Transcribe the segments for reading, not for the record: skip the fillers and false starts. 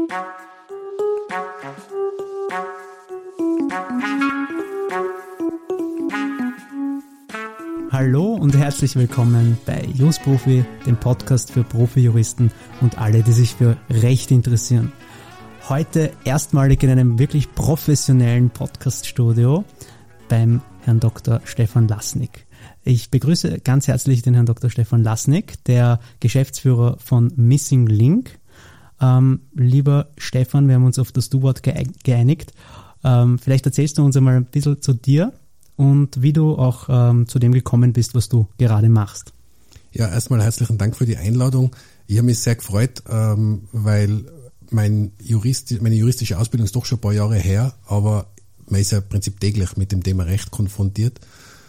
Hallo und herzlich willkommen bei JusProfi, dem Podcast für Profi-Juristen und alle, die sich für Recht interessieren. Heute erstmalig in einem wirklich professionellen Podcast-Studio beim Herrn Dr. Stefan Lasnik. Ich begrüße ganz herzlich den Herrn Dr. Stefan Lasnik, der Geschäftsführer von Missing Link. Lieber Stefan, wir haben uns auf das Du-Wort geeinigt. Vielleicht erzählst du uns einmal ein bisschen zu dir und wie du auch zu dem gekommen bist, was du gerade machst. Ja, erstmal herzlichen Dank für die Einladung. Ich habe mich sehr gefreut, weil meine juristische Ausbildung ist doch schon ein paar Jahre her, aber man ist ja im Prinzip täglich mit dem Thema Recht konfrontiert.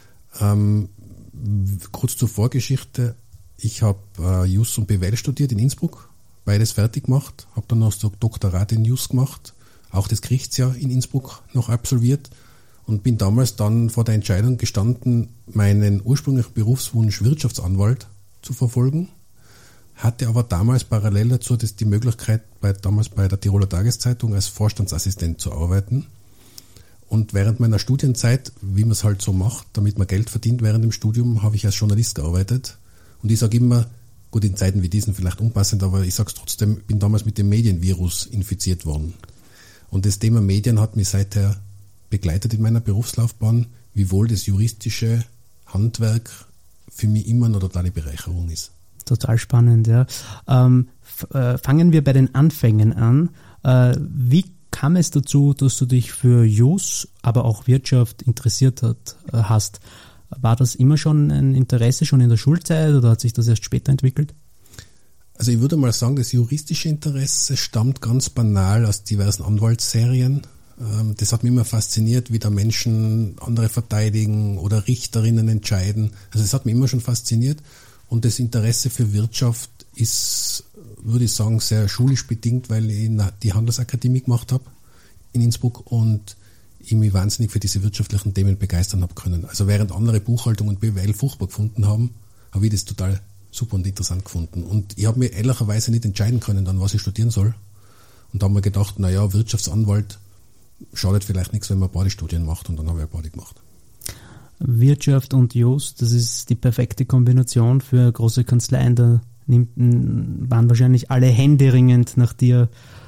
Kurz zur Vorgeschichte. Ich habe Jus und BWL studiert in Innsbruck, beides fertig gemacht, habe dann noch so Doktorat in Jus gemacht, auch das Gerichtsjahr in Innsbruck noch absolviert und bin damals dann vor der Entscheidung gestanden, meinen ursprünglichen Berufswunsch Wirtschaftsanwalt zu verfolgen, hatte aber damals parallel dazu die Möglichkeit, damals bei der Tiroler Tageszeitung als Vorstandsassistent zu arbeiten. Und während meiner Studienzeit, wie man es halt so macht, damit man Geld verdient während dem Studium, habe ich als Journalist gearbeitet. Und ich sage immer, gut, in Zeiten wie diesen vielleicht unpassend, aber ich sage es trotzdem, bin damals mit dem Medienvirus infiziert worden. Und das Thema Medien hat mich seither begleitet in meiner Berufslaufbahn, wiewohl das juristische Handwerk für mich immer eine totale Bereicherung ist. Total spannend, ja. Fangen wir bei den Anfängen an. Wie kam es dazu, dass du dich für Jus, aber auch Wirtschaft interessiert hast? War das immer schon ein Interesse, schon in der Schulzeit, oder hat sich das erst später entwickelt? Also ich würde mal sagen, das juristische Interesse stammt ganz banal aus diversen Anwaltsserien. Das hat mich immer fasziniert, wie da Menschen andere verteidigen oder Richterinnen entscheiden. Also das hat mich immer schon fasziniert. Und das Interesse für Wirtschaft ist, würde ich sagen, sehr schulisch bedingt, weil ich die Handelsakademie gemacht habe in Innsbruck und ich mich wahnsinnig für diese wirtschaftlichen Themen begeistern habe können. Also während andere Buchhaltung und BWL furchtbar gefunden haben, habe ich das total super und interessant gefunden. Und ich habe mir ehrlicherweise nicht entscheiden können, dann was ich studieren soll. Und da habe mir gedacht, naja, Wirtschaftsanwalt schadet vielleicht nichts, wenn man beide Studien macht, und dann habe ich beide gemacht. Wirtschaft und Jus, das ist die perfekte Kombination für große Kanzleien. Da waren wahrscheinlich alle händeringend nach dir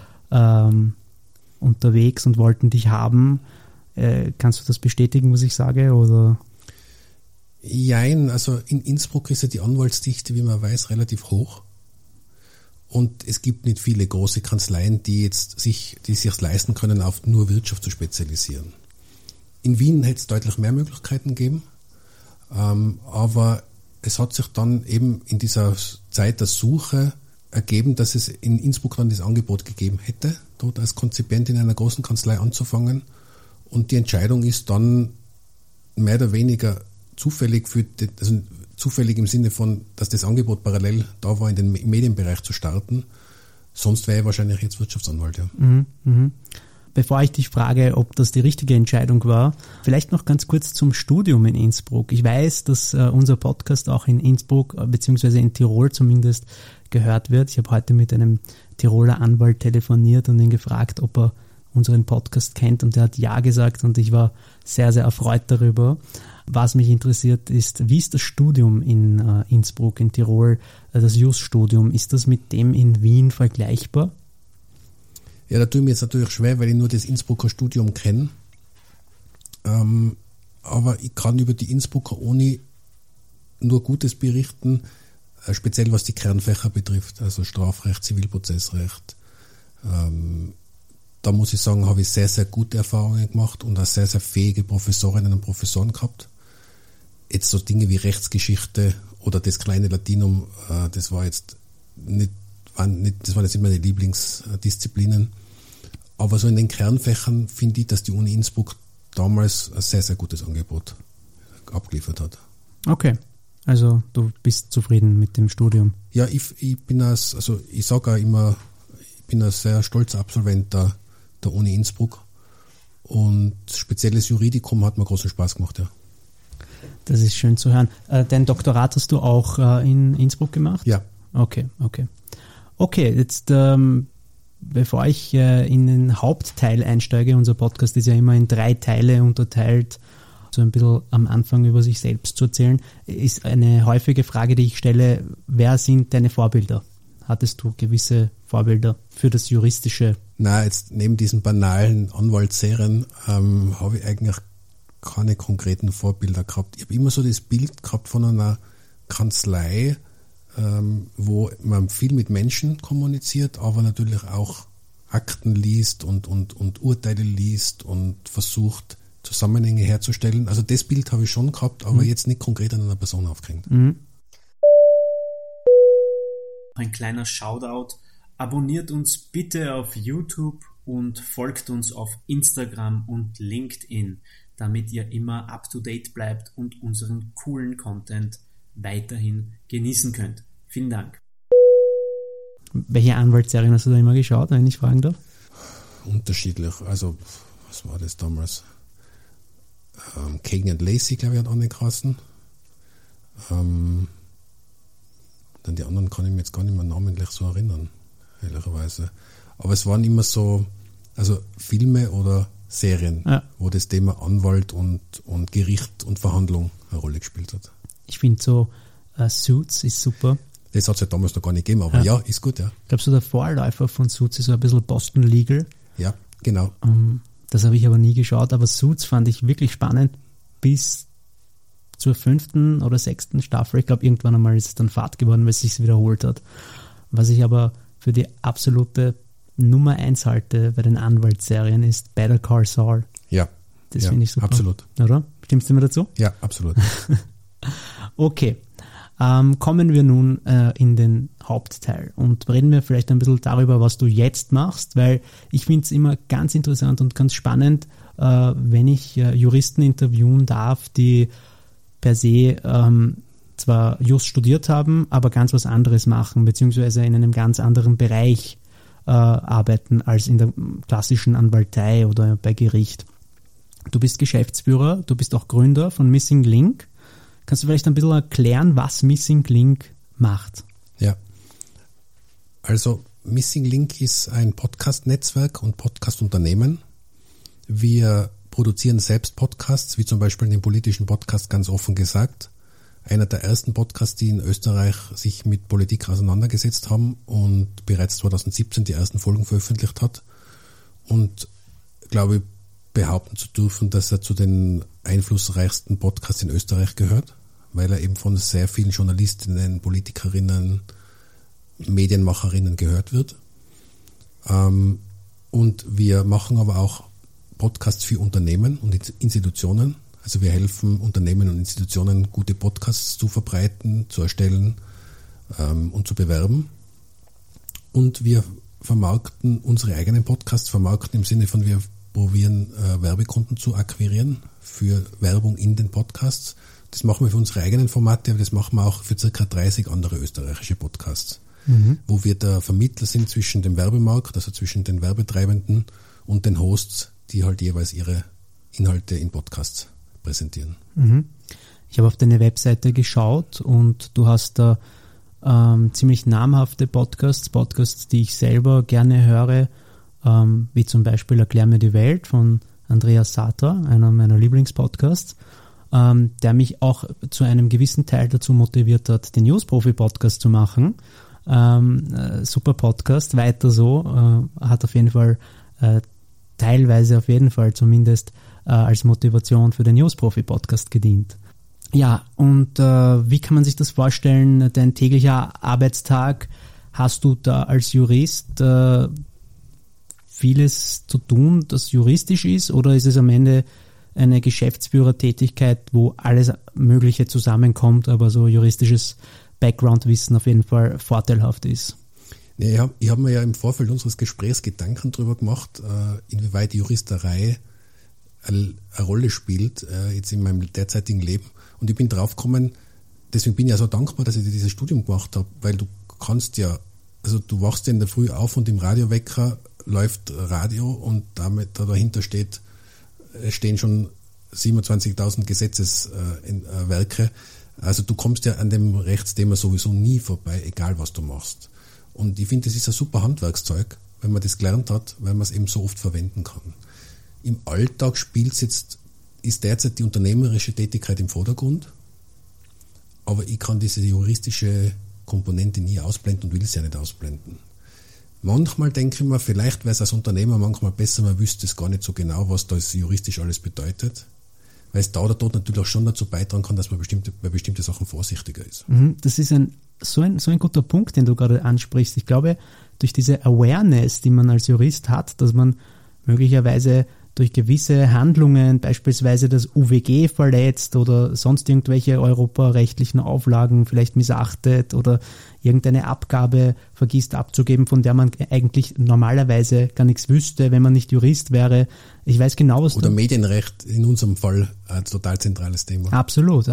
unterwegs und wollten dich haben. Kannst du das bestätigen, was ich sage? Oder? Jein, also in Innsbruck ist ja die Anwaltsdichte, wie man weiß, relativ hoch. Und es gibt nicht viele große Kanzleien, die sich leisten können, auf nur Wirtschaft zu spezialisieren. In Wien hätte es deutlich mehr Möglichkeiten gegeben, aber es hat sich dann eben in dieser Zeit der Suche ergeben, dass es in Innsbruck dann das Angebot gegeben hätte, dort als Konzipient in einer großen Kanzlei anzufangen. Und die Entscheidung ist dann mehr oder weniger zufällig zufällig im Sinne von, dass das Angebot parallel da war, in den Medienbereich zu starten. Sonst wäre ich wahrscheinlich jetzt Wirtschaftsanwalt, ja. Bevor ich dich frage, ob das die richtige Entscheidung war, vielleicht noch ganz kurz zum Studium in Innsbruck. Ich weiß, dass unser Podcast auch in Innsbruck beziehungsweise in Tirol zumindest gehört wird. Ich habe heute mit einem Tiroler Anwalt telefoniert und ihn gefragt, ob er unseren Podcast kennt, und er hat ja gesagt, und ich war sehr, sehr erfreut darüber. Was mich interessiert ist, wie ist das Studium in Innsbruck, in Tirol, das Jus-Studium? Ist das mit dem in Wien vergleichbar? Ja, da tue ich mir jetzt natürlich schwer, weil ich nur das Innsbrucker Studium kenne. Aber ich kann über die Innsbrucker Uni nur Gutes berichten, speziell was die Kernfächer betrifft, also Strafrecht, Zivilprozessrecht. Da muss ich sagen, habe ich sehr, sehr gute Erfahrungen gemacht und auch sehr, sehr fähige Professorinnen und Professoren gehabt. Jetzt so Dinge wie Rechtsgeschichte oder das kleine Latinum, das waren jetzt nicht meine Lieblingsdisziplinen. Aber so in den Kernfächern finde ich, dass die Uni Innsbruck damals ein sehr, sehr gutes Angebot abgeliefert hat. Okay, also du bist zufrieden mit dem Studium? Ja, ich bin ich sage auch immer, ich bin ein sehr stolzer Absolvent der Uni Innsbruck, und spezielles Juridikum hat mir großen Spaß gemacht, ja. Das ist schön zu hören. Dein Doktorat hast du auch in Innsbruck gemacht? Ja. Okay, jetzt bevor ich in den Hauptteil einsteige, unser Podcast ist ja immer in 3 Teile unterteilt, so ein bisschen am Anfang über sich selbst zu erzählen, ist eine häufige Frage, die ich stelle, wer sind deine Vorbilder? Hattest du gewisse Vorbilder für das Juristische? Na, jetzt neben diesen banalen Anwaltsserien habe ich eigentlich keine konkreten Vorbilder gehabt. Ich habe immer so das Bild gehabt von einer Kanzlei, wo man viel mit Menschen kommuniziert, aber natürlich auch Akten liest und Urteile liest und versucht, Zusammenhänge herzustellen. Also das Bild habe ich schon gehabt, aber jetzt nicht konkret an einer Person aufgehängt. Ein kleiner Shoutout. Abonniert uns bitte auf YouTube und folgt uns auf Instagram und LinkedIn, damit ihr immer up to date bleibt und unseren coolen Content weiterhin genießen könnt. Vielen Dank. Welche Anwaltsserien hast du da immer geschaut, wenn ich fragen darf? Unterschiedlich. Also, was war das damals? Kagan and Lacey, glaube ich, hat angekostet. Dann die anderen kann ich mir jetzt gar nicht mehr namentlich so erinnern, ehrlicherweise. Aber es waren immer so, also Filme oder Serien, wo das Thema Anwalt und Gericht und Verhandlung eine Rolle gespielt hat. Ich finde so Suits ist super. Das hat es ja damals noch gar nicht gegeben, aber ja ist gut, ja. Glaubst du, der Vorläufer von Suits ist so ein bisschen Boston Legal? Ja, genau. Das habe ich aber nie geschaut, aber Suits fand ich wirklich spannend bis zur 5. oder 6. Staffel. Ich glaube, irgendwann einmal ist es dann Fahrt geworden, weil es sich wiederholt hat. Was ich aber für die absolute Nummer 1 halte bei den Anwaltsserien ist Better Call Saul. Ja. Das finde ich super. Absolut. Oder? Stimmst du mir dazu? Ja, absolut. Okay. Kommen wir nun in den Hauptteil und reden wir vielleicht ein bisschen darüber, was du jetzt machst, weil ich finde es immer ganz interessant und ganz spannend, wenn ich Juristen interviewen darf, die per se zwar Just studiert haben, aber ganz was anderes machen, beziehungsweise in einem ganz anderen Bereich arbeiten als in der klassischen Anwaltei oder bei Gericht. Du bist Geschäftsführer, du bist auch Gründer von Missing Link. Kannst du vielleicht ein bisschen erklären, was Missing Link macht? Ja, also Missing Link ist ein Podcast-Netzwerk und Podcast-Unternehmen. Wir produzieren selbst Podcasts, wie zum Beispiel den politischen Podcast Ganz offen gesagt. Einer der ersten Podcasts, die in Österreich sich mit Politik auseinandergesetzt haben und bereits 2017 die ersten Folgen veröffentlicht hat. Und glaube ich, behaupten zu dürfen, dass er zu den einflussreichsten Podcasts in Österreich gehört, weil er eben von sehr vielen Journalistinnen, Politikerinnen, Medienmacherinnen gehört wird. Und wir machen aber auch Podcasts für Unternehmen und Institutionen. Also wir helfen Unternehmen und Institutionen, gute Podcasts zu verbreiten, zu erstellen und zu bewerben. Und wir vermarkten unsere eigenen Podcasts, vermarkten im Sinne von wir probieren Werbekunden zu akquirieren für Werbung in den Podcasts. Das machen wir für unsere eigenen Formate, aber das machen wir auch für ca. 30 andere österreichische Podcasts, wo wir der Vermittler sind zwischen dem Werbemarkt, also zwischen den Werbetreibenden und den Hosts, die halt jeweils ihre Inhalte in Podcasts präsentieren. Ich habe auf deine Webseite geschaut und du hast da ziemlich namhafte Podcasts, die ich selber gerne höre, wie zum Beispiel Erklär mir die Welt von Andreas Sater, einer meiner Lieblingspodcasts, der mich auch zu einem gewissen Teil dazu motiviert hat, den Newsprofi-Podcast zu machen. Super Podcast, weiter so, hat auf jeden Fall teilweise auf jeden Fall zumindest als Motivation für den Newsprofi-Podcast gedient. Ja, und wie kann man sich das vorstellen, dein täglicher Arbeitstag? Hast du da als Jurist vieles zu tun, das juristisch ist, oder ist es am Ende eine Geschäftsführertätigkeit, wo alles Mögliche zusammenkommt, aber so juristisches Background-Wissen auf jeden Fall vorteilhaft ist? Ja, ich habe mir ja im Vorfeld unseres Gesprächs Gedanken darüber gemacht, inwieweit die Juristerei eine Rolle spielt jetzt in meinem derzeitigen Leben. Und ich bin draufgekommen, deswegen bin ich ja so dankbar, dass ich dieses Studium gemacht habe, weil du kannst ja, also du wachst ja in der Früh auf und im Radiowecker läuft Radio und damit dahinter stehen schon 27.000 Gesetzeswerke. Also du kommst ja an dem Rechtsthema sowieso nie vorbei, egal was du machst. Und ich finde, das ist ein super Handwerkszeug, wenn man das gelernt hat, weil man es eben so oft verwenden kann. Im Alltag ist derzeit die unternehmerische Tätigkeit im Vordergrund, aber ich kann diese juristische Komponente nie ausblenden und will sie ja nicht ausblenden. Manchmal denke ich mir, vielleicht wäre es als Unternehmer manchmal besser, man wüsste es gar nicht so genau, was das juristisch alles bedeutet, weil es da oder dort natürlich auch schon dazu beitragen kann, dass man bei bestimmten Sachen vorsichtiger ist. Das ist so ein guter Punkt, den du gerade ansprichst. Ich glaube, durch diese Awareness, die man als Jurist hat, dass man möglicherweise durch gewisse Handlungen, beispielsweise das UWG verletzt oder sonst irgendwelche europarechtlichen Auflagen vielleicht missachtet oder irgendeine Abgabe vergisst abzugeben, von der man eigentlich normalerweise gar nichts wüsste, wenn man nicht Jurist wäre. Ich weiß genau, was Oder Medienrecht in unserem Fall ein total zentrales Thema. Absolut.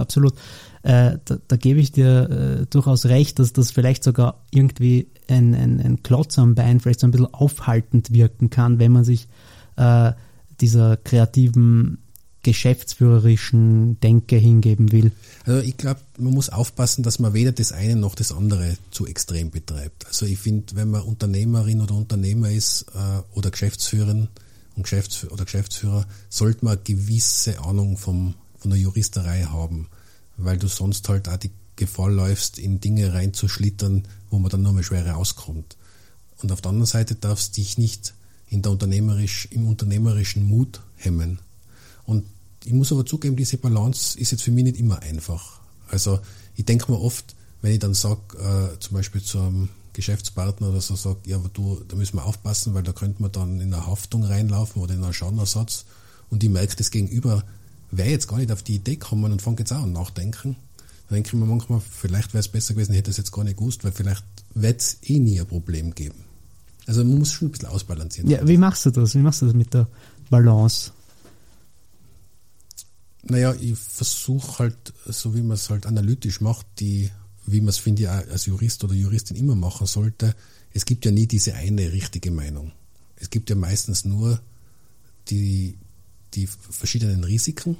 Da gebe ich dir durchaus recht, dass das vielleicht sogar irgendwie ein Klotz am Bein vielleicht so ein bisschen aufhaltend wirken kann, wenn man sich dieser kreativen, geschäftsführerischen Denke hingeben will. Also ich glaube, man muss aufpassen, dass man weder das eine noch das andere zu extrem betreibt. Also ich finde, wenn man Unternehmerin oder Unternehmer ist oder Geschäftsführerin oder Geschäftsführer, sollte man eine gewisse Ahnung von der Juristerei haben, weil du sonst halt auch die Gefahr läufst, in Dinge reinzuschlittern, wo man dann nur mal schwer rauskommt. Und auf der anderen Seite darfst du dich nicht im unternehmerischen Mut hemmen. Und ich muss aber zugeben, diese Balance ist jetzt für mich nicht immer einfach. Also ich denke mir oft, wenn ich dann sage, zum Beispiel zu einem Geschäftspartner oder so, sage, ja, aber da müssen wir aufpassen, weil da könnte man dann in eine Haftung reinlaufen oder in einen Schadenersatz. Und ich merke, das Gegenüber wäre jetzt gar nicht auf die Idee gekommen und fängt jetzt auch an nachdenken. Da denke ich mir manchmal, vielleicht wäre es besser gewesen, ich hätte es jetzt gar nicht gewusst, weil vielleicht wird es nie ein Problem geben. Also man muss schon ein bisschen ausbalancieren. Ja, wie machst du das? Wie machst du das mit der Balance? Naja, ich versuche halt, so wie man es halt analytisch macht, wie man es, finde ich, auch als Jurist oder Juristin immer machen sollte. Es gibt ja nie diese eine richtige Meinung. Es gibt ja meistens nur die verschiedenen Risiken,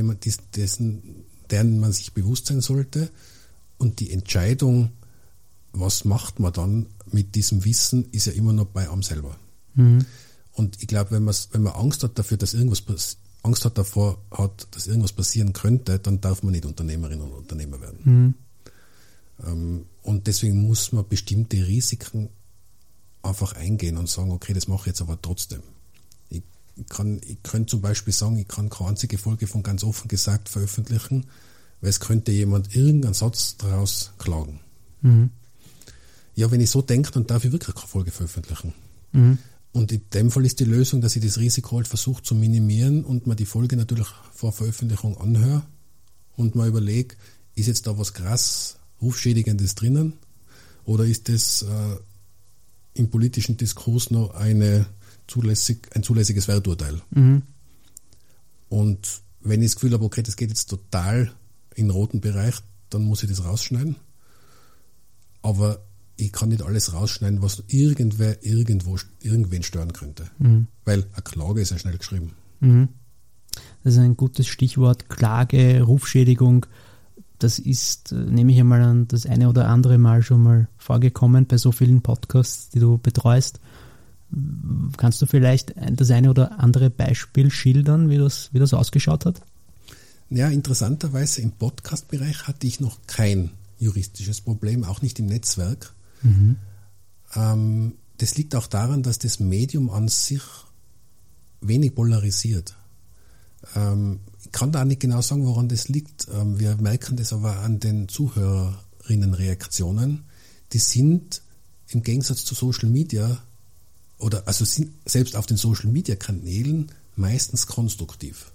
deren man sich bewusst sein sollte, und die Entscheidung, was macht man dann mit diesem Wissen, ist ja immer noch bei einem selber. Mhm. Und ich glaube, wenn man Angst hat dafür, dass davor hat, dass irgendwas passieren könnte, dann darf man nicht Unternehmerin oder Unternehmer werden. Mhm. Und deswegen muss man bestimmte Risiken einfach eingehen und sagen, okay, das mache ich jetzt aber trotzdem. Ich könnte zum Beispiel sagen, ich kann keine einzige Folge von Ganz offen gesagt veröffentlichen, weil es könnte jemand irgendeinen Satz daraus klagen. Mhm. Ja, wenn ich so denke, dann darf ich wirklich keine Folge veröffentlichen. Mhm. Und in dem Fall ist die Lösung, dass ich das Risiko halt versuche zu minimieren und mir die Folge natürlich vor Veröffentlichung anhöre und mir überlege, ist jetzt da was krass Rufschädigendes drinnen oder ist das im politischen Diskurs noch ein zulässiges Werturteil? Mhm. Und wenn ich das Gefühl habe, okay, das geht jetzt total in den roten Bereich, dann muss ich das rausschneiden. Aber ich kann nicht alles rausschneiden, was irgendwen stören könnte. Mhm. Weil eine Klage ist ja schnell geschrieben. Mhm. Das ist ein gutes Stichwort. Klage, Rufschädigung. Das ist, nehme ich einmal an, das eine oder andere Mal schon mal vorgekommen bei so vielen Podcasts, die du betreust. Kannst du vielleicht das eine oder andere Beispiel schildern, wie das ausgeschaut hat? Ja, interessanterweise im Podcast-Bereich hatte ich noch kein juristisches Problem, auch nicht im Netzwerk. Mhm. Das liegt auch daran, dass das Medium an sich wenig polarisiert. Ich kann da auch nicht genau sagen, woran das liegt. Wir merken das aber an den Zuhörerinnenreaktionen. Die sind im Gegensatz zu Social Media sind selbst auf den Social Media Kanälen meistens konstruktiv.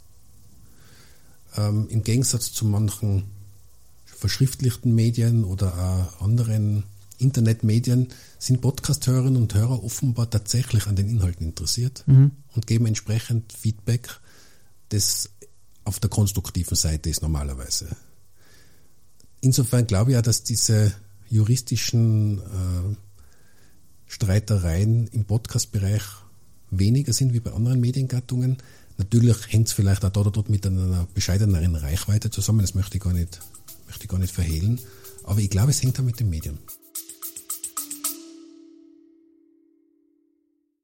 Im Gegensatz zu manchen verschriftlichten Medien oder auch anderen Internetmedien sind Podcast-Hörerinnen und Hörer offenbar tatsächlich an den Inhalten interessiert und geben entsprechend Feedback, das auf der konstruktiven Seite ist normalerweise. Insofern glaube ich auch, dass diese juristischen Streitereien im Podcast-Bereich weniger sind wie bei anderen Mediengattungen. Natürlich hängt es vielleicht auch da oder dort mit einer bescheideneren Reichweite zusammen, das möchte ich gar nicht verhehlen, aber ich glaube, es hängt auch mit dem Medium.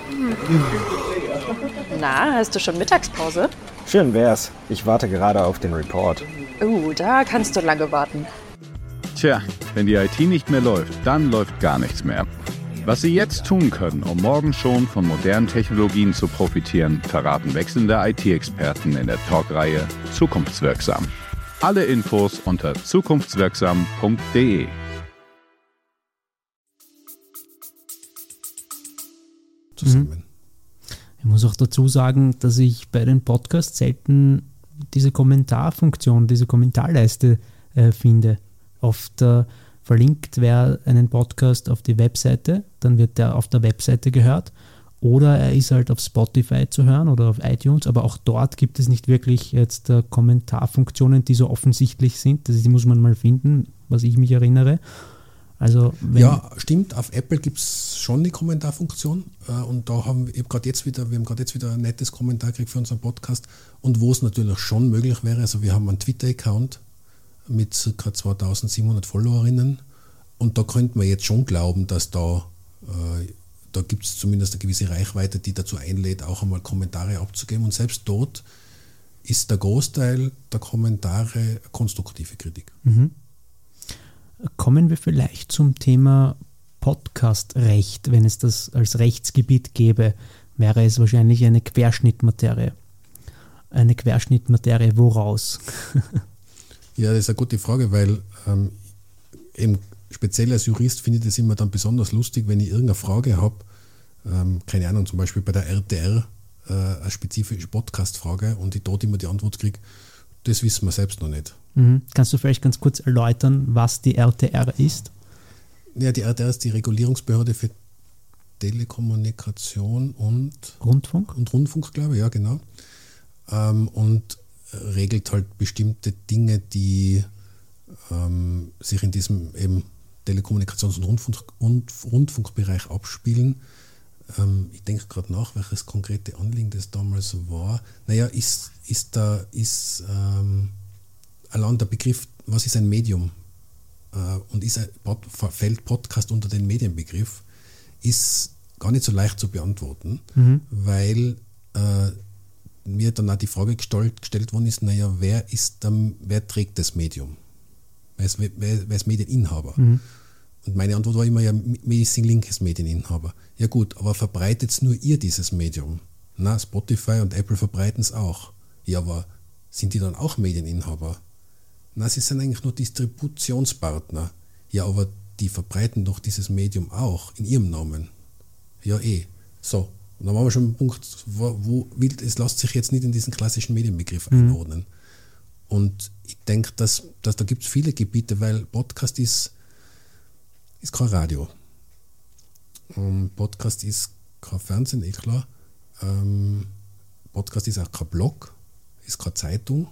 Na, hast du schon Mittagspause? Schön wär's. Ich warte gerade auf den Report. Da kannst du lange warten. Tja, wenn die IT nicht mehr läuft, dann läuft gar nichts mehr. Was Sie jetzt tun können, um morgen schon von modernen Technologien zu profitieren, verraten wechselnde IT-Experten in der Talkreihe Zukunftswirksam. Alle Infos unter zukunftswirksam.de. Zusammen. Ich muss auch dazu sagen, dass ich bei den Podcasts selten diese Kommentarfunktion, diese Kommentarleiste finde. Oft verlinkt wer einen Podcast auf die Webseite, dann wird der auf der Webseite gehört oder er ist halt auf Spotify zu hören oder auf iTunes, aber auch dort gibt es nicht wirklich jetzt Kommentarfunktionen, die so offensichtlich sind. Die muss man mal finden, was ich mich erinnere. Also ja, stimmt, auf Apple gibt es schon die Kommentarfunktion und da haben wir gerade jetzt wieder ein nettes Kommentar gekriegt für unseren Podcast und wo es natürlich schon möglich wäre, also wir haben einen Twitter-Account mit ca. 2700 Followerinnen und da könnte man jetzt schon glauben, dass da gibt es zumindest eine gewisse Reichweite, die dazu einlädt, auch einmal Kommentare abzugeben und selbst dort ist der Großteil der Kommentare konstruktive Kritik. Mhm. Kommen wir vielleicht zum Thema Podcast-Recht. Wenn es das als Rechtsgebiet gäbe, wäre es wahrscheinlich eine Querschnittmaterie. Eine Querschnittmaterie woraus? Ja, das ist eine gute Frage, weil eben speziell als Jurist finde ich das immer dann besonders lustig, wenn ich irgendeine Frage habe, keine Ahnung, zum Beispiel bei der RTR, eine spezifische Podcast-Frage und ich dort immer die Antwort kriege, das wissen wir selbst noch nicht. Mhm. Kannst du vielleicht ganz kurz erläutern, was die RTR ist? Ja, die RTR ist die Regulierungsbehörde für Telekommunikation und Rundfunk? Und Rundfunk, glaube ich, ja, genau. Und regelt halt bestimmte Dinge, die sich in diesem eben Telekommunikations- und Rundfunkbereich abspielen. Ich denke gerade nach, welches konkrete Anliegen das damals war. Naja, allein der Begriff, was ist ein Medium und fällt Podcast unter den Medienbegriff, ist gar nicht so leicht zu beantworten, weil mir dann auch die Frage gestellt worden ist, naja, wer trägt das Medium? Wer ist Medieninhaber? Und meine Antwort war immer, ja, Missing Link ist Medieninhaber. Ja gut, aber verbreitet nur ihr dieses Medium? Na, Spotify und Apple verbreiten es auch. Ja, aber sind die dann auch Medieninhaber? Na, sie sind eigentlich nur Distributionspartner. Ja, aber die verbreiten doch dieses Medium auch in ihrem Namen. Ja, So, und dann waren wir schon am Punkt, es lässt sich jetzt nicht in diesen klassischen Medienbegriff einordnen. Und ich denke, dass da gibt es viele Gebiete, weil Podcast ist kein Radio. Podcast ist kein Fernsehen, klar. Podcast ist auch kein Blog, ist keine Zeitung.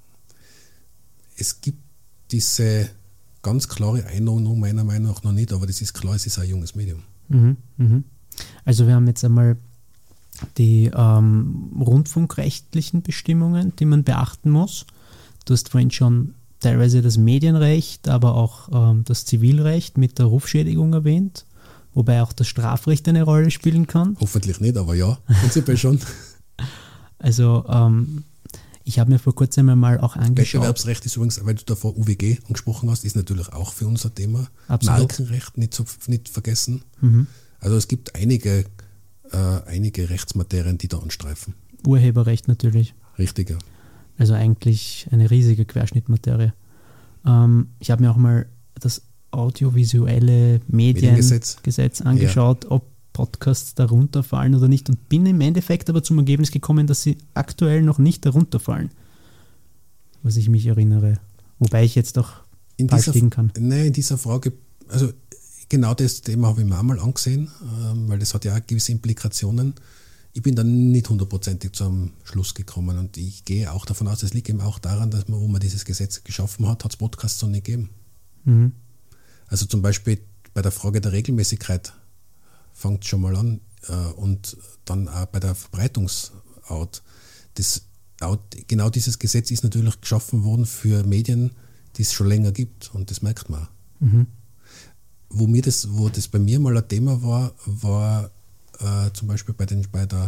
Es gibt diese ganz klare Einordnung meiner Meinung nach noch nicht, aber das ist klar, es ist ein junges Medium. Also wir haben jetzt einmal die rundfunkrechtlichen Bestimmungen, die man beachten muss. Du hast vorhin schon teilweise das Medienrecht, aber auch das Zivilrecht mit der Rufschädigung erwähnt, wobei auch das Strafrecht eine Rolle spielen kann. Hoffentlich nicht, aber ja, prinzipiell schon. Also ich habe mir vor kurzem einmal auch angeschaut. Wettbewerbsrecht ist übrigens, weil du davor UWG angesprochen hast, ist natürlich auch für unser Thema. Absolut. Markenrecht nicht vergessen. Also es gibt einige Rechtsmaterien, die da anstreifen. Urheberrecht natürlich. Richtig, ja. Also eigentlich eine riesige Querschnittmaterie. Ich habe mir auch mal das audiovisuelle Mediengesetz angeschaut, ob Podcasts darunter fallen oder nicht und bin im Endeffekt aber zum Ergebnis gekommen, dass sie aktuell noch nicht darunter fallen, was ich mich erinnere. Wobei ich jetzt doch falsch liegen kann. Nein, in dieser Frage, also genau das Thema habe ich mir auch mal angesehen, weil das hat ja auch gewisse Implikationen. Ich bin dann nicht hundertprozentig zum Schluss gekommen und ich gehe auch davon aus, es liegt eben auch daran, dass wo man dieses Gesetz geschaffen hat, hat es Podcasts noch nicht gegeben. Also zum Beispiel bei der Frage der Regelmäßigkeit fängt schon mal an und dann auch bei der Verbreitungsart. Genau dieses Gesetz ist natürlich geschaffen worden für Medien, die es schon länger gibt und das merkt man. Wo das bei mir mal ein Thema war zum Beispiel bei der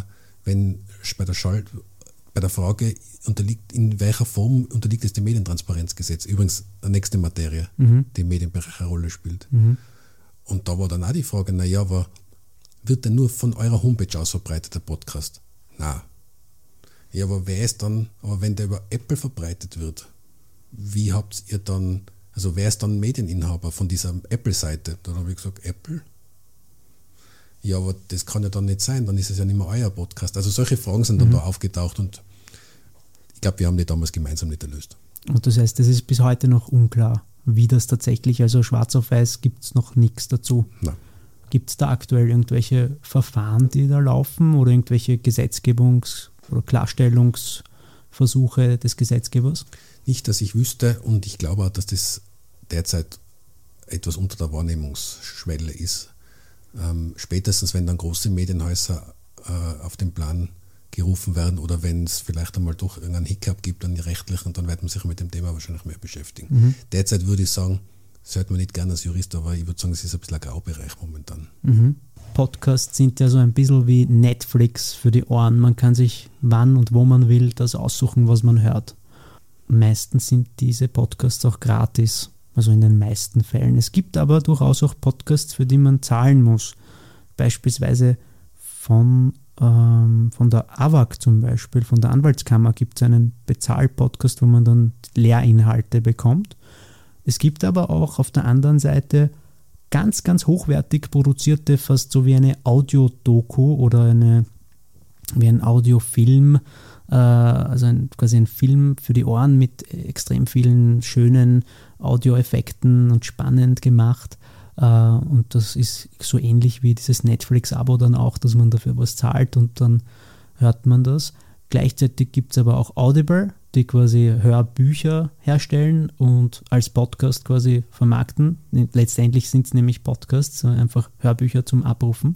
Frage unterliegt, in welcher Form unterliegt es dem Medientransparenzgesetz? Übrigens eine nächste Materie, die im Medienbereich eine Rolle spielt. Und da war dann auch die Frage, naja, aber wird denn nur von eurer Homepage aus verbreitet, der Podcast? Nein. Ja, aber wenn der über Apple verbreitet wird, wie habt ihr dann, also wer ist dann Medieninhaber von dieser Apple-Seite? Dann habe ich gesagt, Apple? Ja, aber das kann ja dann nicht sein, dann ist es ja nicht mehr euer Podcast. Also solche Fragen sind dann da aufgetaucht und ich glaube, wir haben die damals gemeinsam nicht erlöst. Und das heißt, es ist bis heute noch unklar, wie das tatsächlich, also schwarz auf weiß gibt es noch nichts dazu. Nein. Gibt es da aktuell irgendwelche Verfahren, die da laufen oder irgendwelche Gesetzgebungs- oder Klarstellungsversuche des Gesetzgebers? Nicht, dass ich wüsste und ich glaube auch, dass das derzeit etwas unter der Wahrnehmungsschwelle ist. Spätestens, wenn dann große Medienhäuser auf den Plan gerufen werden oder wenn es vielleicht einmal doch irgendeinen Hiccup gibt an die rechtlichen, dann wird man sich mit dem Thema wahrscheinlich mehr beschäftigen. Derzeit würde ich sagen, das hört man nicht gerne als Jurist, aber ich würde sagen, es ist ein bisschen ein Graubereich momentan. Podcasts sind ja so ein bisschen wie Netflix für die Ohren. Man kann sich wann und wo man will das aussuchen, was man hört. Meistens sind diese Podcasts auch gratis, also in den meisten Fällen. Es gibt aber durchaus auch Podcasts, für die man zahlen muss. Beispielsweise von der AWAC zum Beispiel, von der Anwaltskammer gibt es einen Bezahl-Podcast, wo man dann Lehrinhalte bekommt. Es gibt aber auch auf der anderen Seite ganz, ganz hochwertig produzierte, fast so wie eine Audiodoku oder wie ein Audiofilm, also quasi ein Film für die Ohren mit extrem vielen schönen Audioeffekten und spannend gemacht. Und das ist so ähnlich wie dieses Netflix-Abo dann auch, dass man dafür was zahlt und dann hört man das. Gleichzeitig gibt es aber auch Audible, die quasi Hörbücher herstellen und als Podcast quasi vermarkten. Letztendlich sind es nämlich Podcasts, einfach Hörbücher zum Abrufen.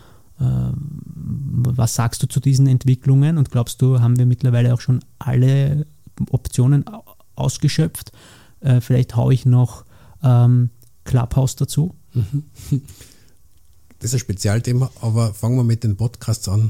Was sagst du zu diesen Entwicklungen und glaubst du, haben wir mittlerweile auch schon alle Optionen ausgeschöpft? Vielleicht haue ich noch Clubhouse dazu. Das ist ein Spezialthema, aber fangen wir mit den Podcasts an.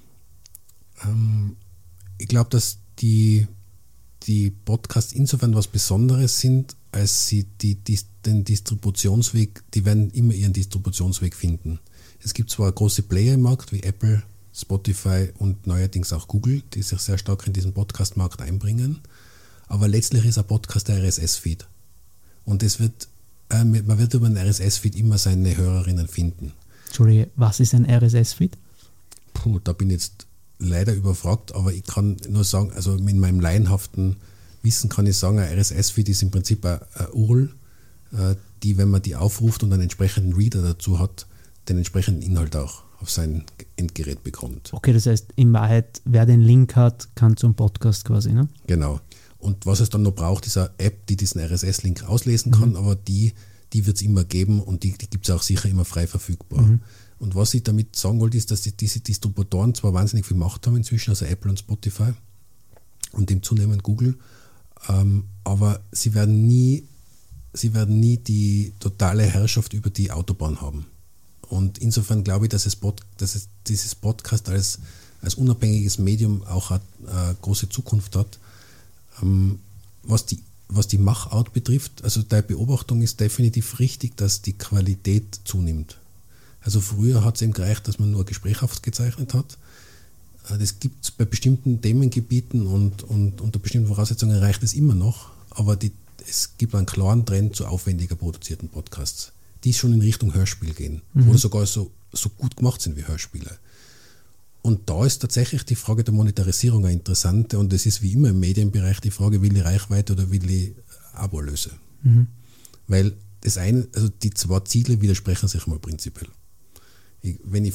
Ich glaube, dass die Podcasts insofern was Besonderes sind, als sie den Distributionsweg, die werden immer ihren Distributionsweg finden. Es gibt zwar große Player im Markt wie Apple, Spotify und neuerdings auch Google, die sich sehr stark in diesen Podcast-Markt einbringen, aber letztlich ist ein Podcast der RSS-Feed. Und man wird über einen RSS-Feed immer seine Hörerinnen finden. Entschuldige, was ist ein RSS-Feed? Da bin ich jetzt leider überfragt, aber ich kann nur sagen, also mit meinem laienhaften Wissen kann ich sagen, ein RSS-Feed ist im Prinzip eine URL, die, wenn man die aufruft und einen entsprechenden Reader dazu hat, den entsprechenden Inhalt auch auf sein Endgerät bekommt. Okay, das heißt, in Wahrheit, wer den Link hat, kann zum Podcast quasi, ne? Genau. Und was es dann noch braucht, ist eine App, die diesen RSS-Link auslesen kann, aber die wird es immer geben und die gibt es auch sicher immer frei verfügbar. Und was ich damit sagen wollte, ist, dass diese Distributoren zwar wahnsinnig viel Macht haben inzwischen, also Apple und Spotify und dem zunehmend Google, aber sie werden nie die totale Herrschaft über die Autobahn haben. Und insofern glaube ich, dass dieses Podcast als unabhängiges Medium auch eine große Zukunft hat. Was die Machart betrifft, also deine Beobachtung ist definitiv richtig, dass die Qualität zunimmt. Also früher hat es eben gereicht, dass man nur ein Gespräch aufgezeichnet hat. Das gibt es bei bestimmten Themengebieten und unter bestimmten Voraussetzungen reicht es immer noch, aber es gibt einen klaren Trend zu aufwendiger produzierten Podcasts, die schon in Richtung Hörspiel gehen oder sogar so gut gemacht sind wie Hörspiele. Und da ist tatsächlich die Frage der Monetarisierung eine interessante und es ist wie immer im Medienbereich die Frage, will ich Reichweite oder will ich Abo lösen? Weil das eine, also die zwei Ziele widersprechen sich mal prinzipiell. Ich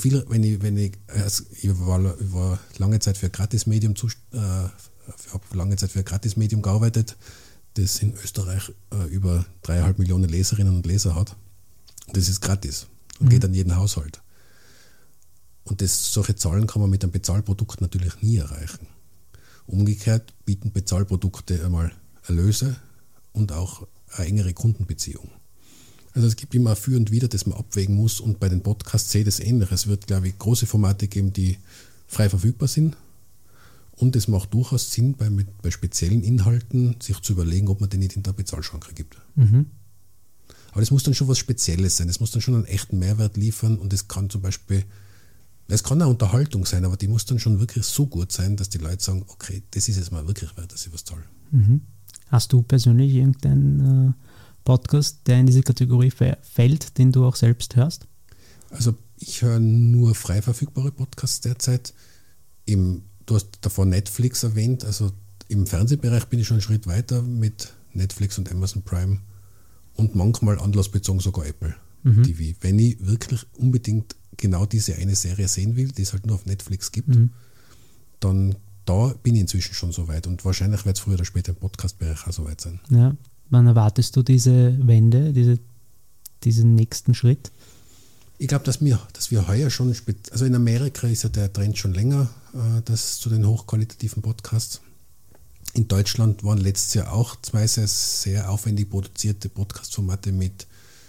war lange Zeit für ein Gratismedium gearbeitet, das in Österreich über 3,5 Millionen Leserinnen und Leser hat. Das ist gratis und geht an jeden Haushalt. Und solche Zahlen kann man mit einem Bezahlprodukt natürlich nie erreichen. Umgekehrt bieten Bezahlprodukte einmal Erlöse und auch eine engere Kundenbeziehung. Also es gibt immer ein Für und Wider, das man abwägen muss, und bei den Podcasts sehe ich das ähnlich. Es wird, glaube ich, große Formate geben, die frei verfügbar sind, und es macht durchaus Sinn, bei speziellen Inhalten sich zu überlegen, ob man den nicht in der Bezahlschranke gibt. Aber das muss dann schon was Spezielles sein, es muss dann schon einen echten Mehrwert liefern, und es kann zum Beispiel, es kann eine Unterhaltung sein, aber die muss dann schon wirklich so gut sein, dass die Leute sagen, okay, das ist jetzt mal wirklich wert, dass ich was zahle. Hast du persönlich irgendeinen Podcast, der in diese Kategorie fällt, den du auch selbst hörst? Also ich höre nur frei verfügbare Podcasts derzeit. Du hast davor Netflix erwähnt, also im Fernsehbereich bin ich schon einen Schritt weiter mit Netflix und Amazon Prime und manchmal anlassbezogen sogar Apple TV. Wenn ich wirklich unbedingt genau diese eine Serie sehen will, die es halt nur auf Netflix gibt, dann da bin ich inzwischen schon so weit, und wahrscheinlich wird es früher oder später im Podcast-Bereich auch so weit sein. Ja, wann erwartest du diese Wende, diesen nächsten Schritt? Ich glaube, dass wir heuer schon, also in Amerika ist ja der Trend schon länger, das zu den hochqualitativen Podcasts. In Deutschland waren letztes Jahr auch 2 sehr aufwendig produzierte Podcast-Formate mit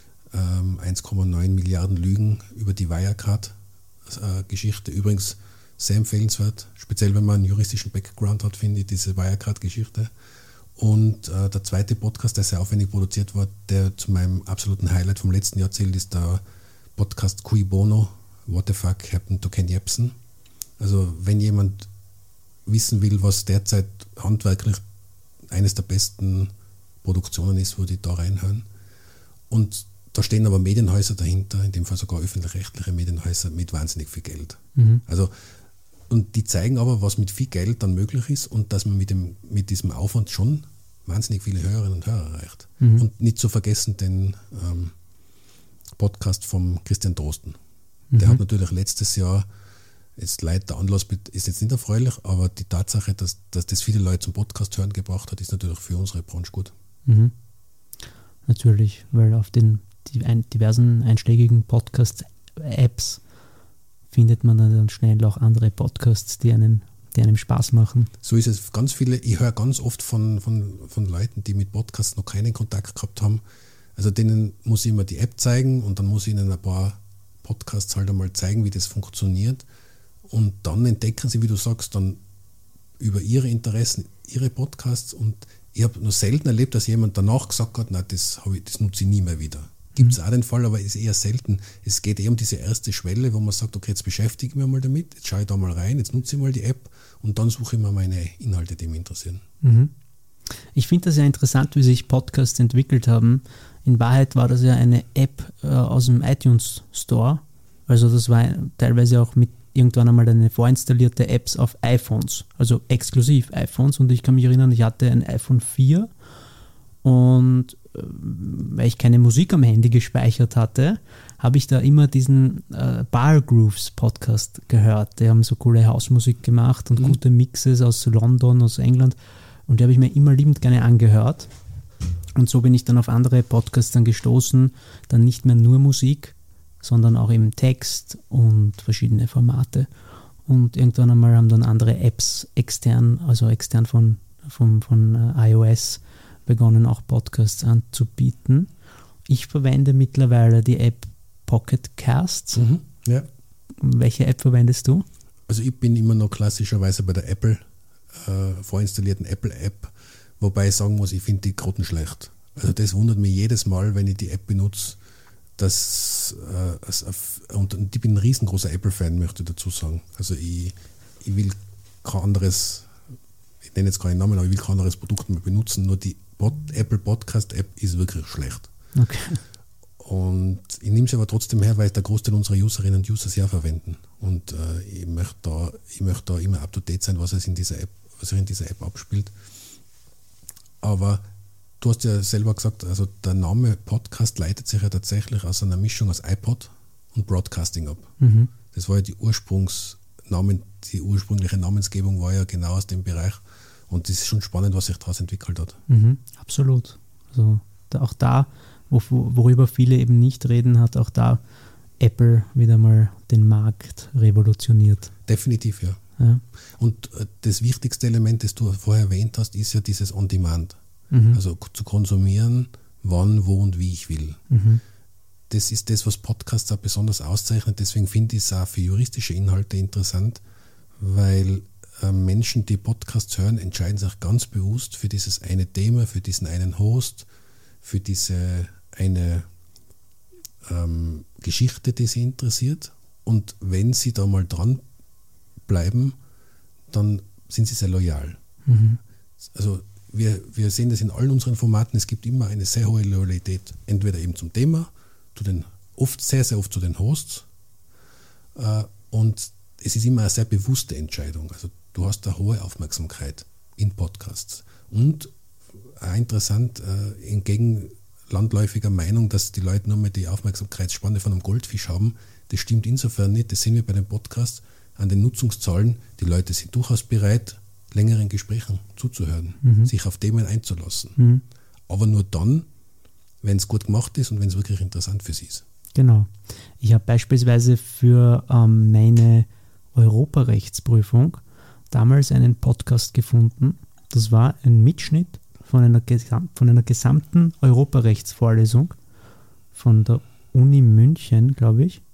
1,9 Milliarden Lügen über die Wirecard-Geschichte. Übrigens sehr empfehlenswert, speziell wenn man einen juristischen Background hat, finde ich, diese Wirecard-Geschichte. Und der zweite Podcast, der sehr aufwendig produziert war, der zu meinem absoluten Highlight vom letzten Jahr zählt, ist der Podcast Cui Bono, What the Fuck Happened to Ken Jebsen. Also wenn jemand wissen will, was derzeit handwerklich eines der besten Produktionen ist, würde ich da reinhören. Und da stehen aber Medienhäuser dahinter, in dem Fall sogar öffentlich-rechtliche Medienhäuser mit wahnsinnig viel Geld. Also, und die zeigen aber, was mit viel Geld dann möglich ist, und dass man mit diesem Aufwand schon wahnsinnig viele Hörerinnen und Hörer erreicht. Und nicht zu vergessen den Podcast vom Christian Drosten. Der hat natürlich letztes Jahr, jetzt leider der Anlass ist jetzt nicht erfreulich, aber die Tatsache, dass das viele Leute zum Podcast hören gebracht hat, ist natürlich für unsere Branche gut. Natürlich, weil auf den diversen einschlägigen Podcast-Apps findet man dann schnell auch andere Podcasts, die einem Spaß machen. So ist es. Ganz viele, ich höre ganz oft von Leuten, die mit Podcasts noch keinen Kontakt gehabt haben. Also denen muss ich immer die App zeigen, und dann muss ich ihnen ein paar Podcasts halt einmal zeigen, wie das funktioniert. Und dann entdecken sie, wie du sagst, dann über ihre Interessen, ihre Podcasts. Und ich habe nur selten erlebt, dass jemand danach gesagt hat, nein, das nutze ich nie mehr wieder. Gibt es auch den Fall, aber ist eher selten. Es geht um diese erste Schwelle, wo man sagt, okay, jetzt beschäftige ich mich mal damit, jetzt schaue ich da mal rein, jetzt nutze ich mal die App, und dann suche ich mir meine Inhalte, die mich interessieren. Ich finde das ja interessant, wie sich Podcasts entwickelt haben. In Wahrheit war das ja eine App aus dem iTunes Store. Also das war teilweise auch mit irgendwann einmal eine vorinstallierte Apps auf iPhones, also exklusiv iPhones. Und ich kann mich erinnern, ich hatte ein iPhone 4, und weil ich keine Musik am Handy gespeichert hatte, habe ich da immer diesen Bar Grooves Podcast gehört. Die haben so coole Hausmusik gemacht und gute Mixes aus London, aus England, und die habe ich mir immer liebend gerne angehört. Und so bin ich dann auf andere Podcasts dann gestoßen, dann nicht mehr nur Musik, sondern auch eben Text und verschiedene Formate. Und irgendwann einmal haben dann andere Apps extern von iOS begonnen, auch Podcasts anzubieten. Ich verwende mittlerweile die App Pocket Casts. Ja. Welche App verwendest du? Also ich bin immer noch klassischerweise bei der Apple, vorinstallierten Apple-App, wobei ich sagen muss, ich finde die grottenschlecht. Also das wundert mich jedes Mal, wenn ich die App benutze, und ich bin ein riesengroßer Apple-Fan, möchte ich dazu sagen. Also ich will kein anderes, ich nenne jetzt keinen Namen, aber ich will kein anderes Produkt mehr benutzen, nur die Apple Podcast App ist wirklich schlecht. Okay. Und ich nehme sie aber trotzdem her, weil der Großteil unserer Userinnen und User ja verwenden. Und ich möchte da immer up to date sein, was sich in dieser App abspielt. Aber du hast ja selber gesagt, also der Name Podcast leitet sich ja tatsächlich aus einer Mischung aus iPod und Broadcasting ab. Das war ja die ursprüngliche Namensgebung war ja genau aus dem Bereich. Und es ist schon spannend, was sich daraus entwickelt hat. Absolut. Also auch da, worüber viele eben nicht reden, hat auch da Apple wieder mal den Markt revolutioniert. Definitiv, ja. Und das wichtigste Element, das du vorher erwähnt hast, ist ja dieses On-Demand. Also zu konsumieren, wann, wo und wie ich will. das ist das, was Podcasts auch besonders auszeichnet. Deswegen finde ich es auch für juristische Inhalte interessant, weil Menschen, die Podcasts hören, entscheiden sich ganz bewusst für dieses eine Thema, für diesen einen Host, für diese eine Geschichte, die sie interessiert. Und wenn sie da mal dran bleiben, dann sind sie sehr loyal. Also wir sehen das in allen unseren Formaten, es gibt immer eine sehr hohe Loyalität, entweder eben zum Thema, sehr, sehr oft zu den Hosts, und es ist immer eine sehr bewusste Entscheidung. Also du hast eine hohe Aufmerksamkeit in Podcasts. Und auch interessant, entgegen landläufiger Meinung, dass die Leute nur mehr die Aufmerksamkeitsspanne von einem Goldfisch haben, das stimmt insofern nicht. Das sehen wir bei den Podcasts an den Nutzungszahlen. Die Leute sind durchaus bereit, längeren Gesprächen zuzuhören, sich auf Themen einzulassen. Aber nur dann, wenn es gut gemacht ist und wenn es wirklich interessant für sie ist. Genau. Ich habe beispielsweise für meine Europarechtsprüfung damals einen Podcast gefunden. Das war ein Mitschnitt von einer gesamten Europarechtsvorlesung von der Uni München, glaube ich.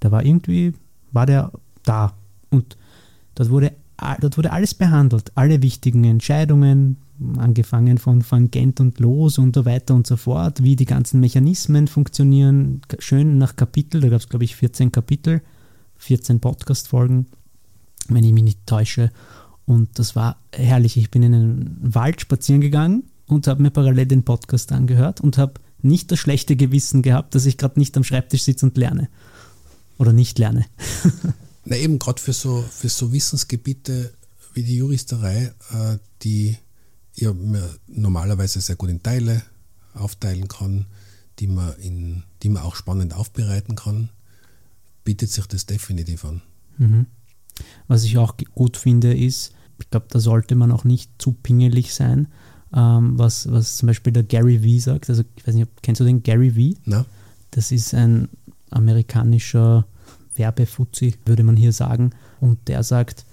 War der da. Und dort wurde alles behandelt. Alle wichtigen Entscheidungen, angefangen von Gent und Los und so weiter und so fort, wie die ganzen Mechanismen funktionieren, schön nach Kapitel, da gab es, glaube ich, 14 Kapitel, 14 Podcast-Folgen, wenn ich mich nicht täusche. Und das war herrlich. Ich bin in einen Wald spazieren gegangen und habe mir parallel den Podcast angehört und habe nicht das schlechte Gewissen gehabt, dass ich gerade nicht am Schreibtisch sitze und lerne. Oder nicht lerne. Na eben, gerade für so Wissensgebiete wie die Juristerei, die ja normalerweise sehr gut in Teile aufteilen kann, die man auch spannend aufbereiten kann, bietet sich das definitiv an. Was ich auch gut finde ist, ich glaube, da sollte man auch nicht zu pingelig sein, was zum Beispiel der Gary Vee sagt. Also ich weiß nicht, kennst du den Gary Vee? Na? Das ist ein amerikanischer Werbefuzzi, würde man hier sagen. Und der sagt,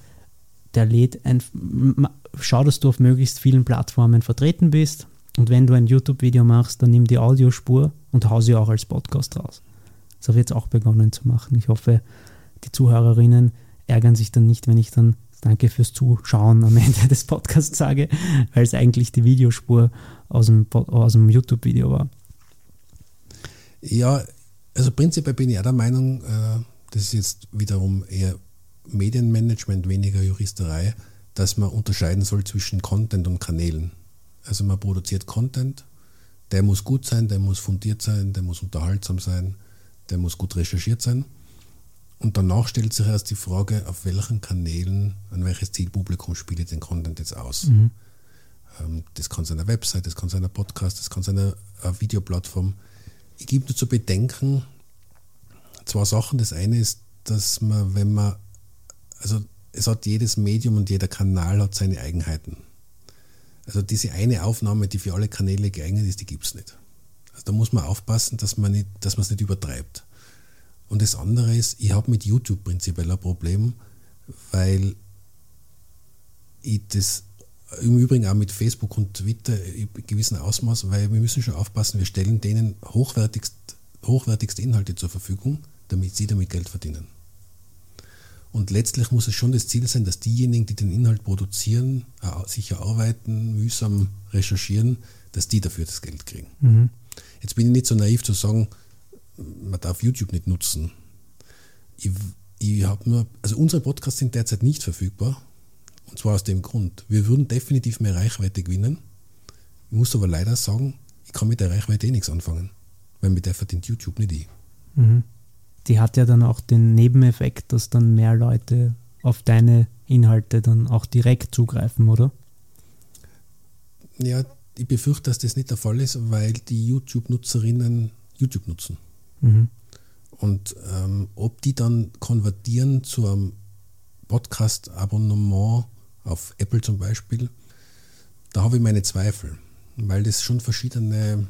schau, dass du auf möglichst vielen Plattformen vertreten bist. Und wenn du ein YouTube-Video machst, dann nimm die Audiospur und hau sie auch als Podcast raus. Das habe ich jetzt auch begonnen zu machen. Ich hoffe, die Zuhörerinnen ärgern sich dann nicht, wenn ich dann Danke fürs Zuschauen am Ende des Podcasts sage, weil es eigentlich die Videospur aus dem YouTube-Video war. Ja, also prinzipiell bin ich auch der Meinung, das ist jetzt wiederum eher Medienmanagement, weniger Juristerei, dass man unterscheiden soll zwischen Content und Kanälen. Also man produziert Content, der muss gut sein, der muss fundiert sein, der muss unterhaltsam sein, der muss gut recherchiert sein. Und danach stellt sich erst die Frage, auf welchen Kanälen, an welches Zielpublikum spiele ich den Content jetzt aus. Das kann sein eine Website, das kann sein ein Podcast, das kann sein eine Videoplattform. Ich gebe nur zu bedenken, zwei Sachen. Das eine ist, dass es hat jedes Medium und jeder Kanal hat seine Eigenheiten. Also diese eine Aufnahme, die für alle Kanäle geeignet ist, die gibt es nicht. Also da muss man aufpassen, dass man es nicht übertreibt. Und das andere ist, ich habe mit YouTube prinzipiell ein Problem, weil ich das im Übrigen auch mit Facebook und Twitter in gewissem Ausmaß, weil wir müssen schon aufpassen, wir stellen denen hochwertigste Inhalte zur Verfügung, damit sie damit Geld verdienen. Und letztlich muss es schon das Ziel sein, dass diejenigen, die den Inhalt produzieren, sich erarbeiten, mühsam recherchieren, dass die dafür das Geld kriegen. Jetzt bin ich nicht so naiv zu sagen, man darf YouTube nicht nutzen. Unsere Podcasts sind derzeit nicht verfügbar. Und zwar aus dem Grund, wir würden definitiv mehr Reichweite gewinnen. Ich muss aber leider sagen, ich kann mit der Reichweite nichts anfangen. Weil mit der verdient YouTube nicht ich. Die hat ja dann auch den Nebeneffekt, dass dann mehr Leute auf deine Inhalte dann auch direkt zugreifen, oder? Ja, ich befürchte, dass das nicht der Fall ist, weil die YouTube-Nutzerinnen YouTube nutzen. Und ob die dann konvertieren zu einem Podcast-Abonnement auf Apple zum Beispiel, da habe ich meine Zweifel, weil das schon verschiedene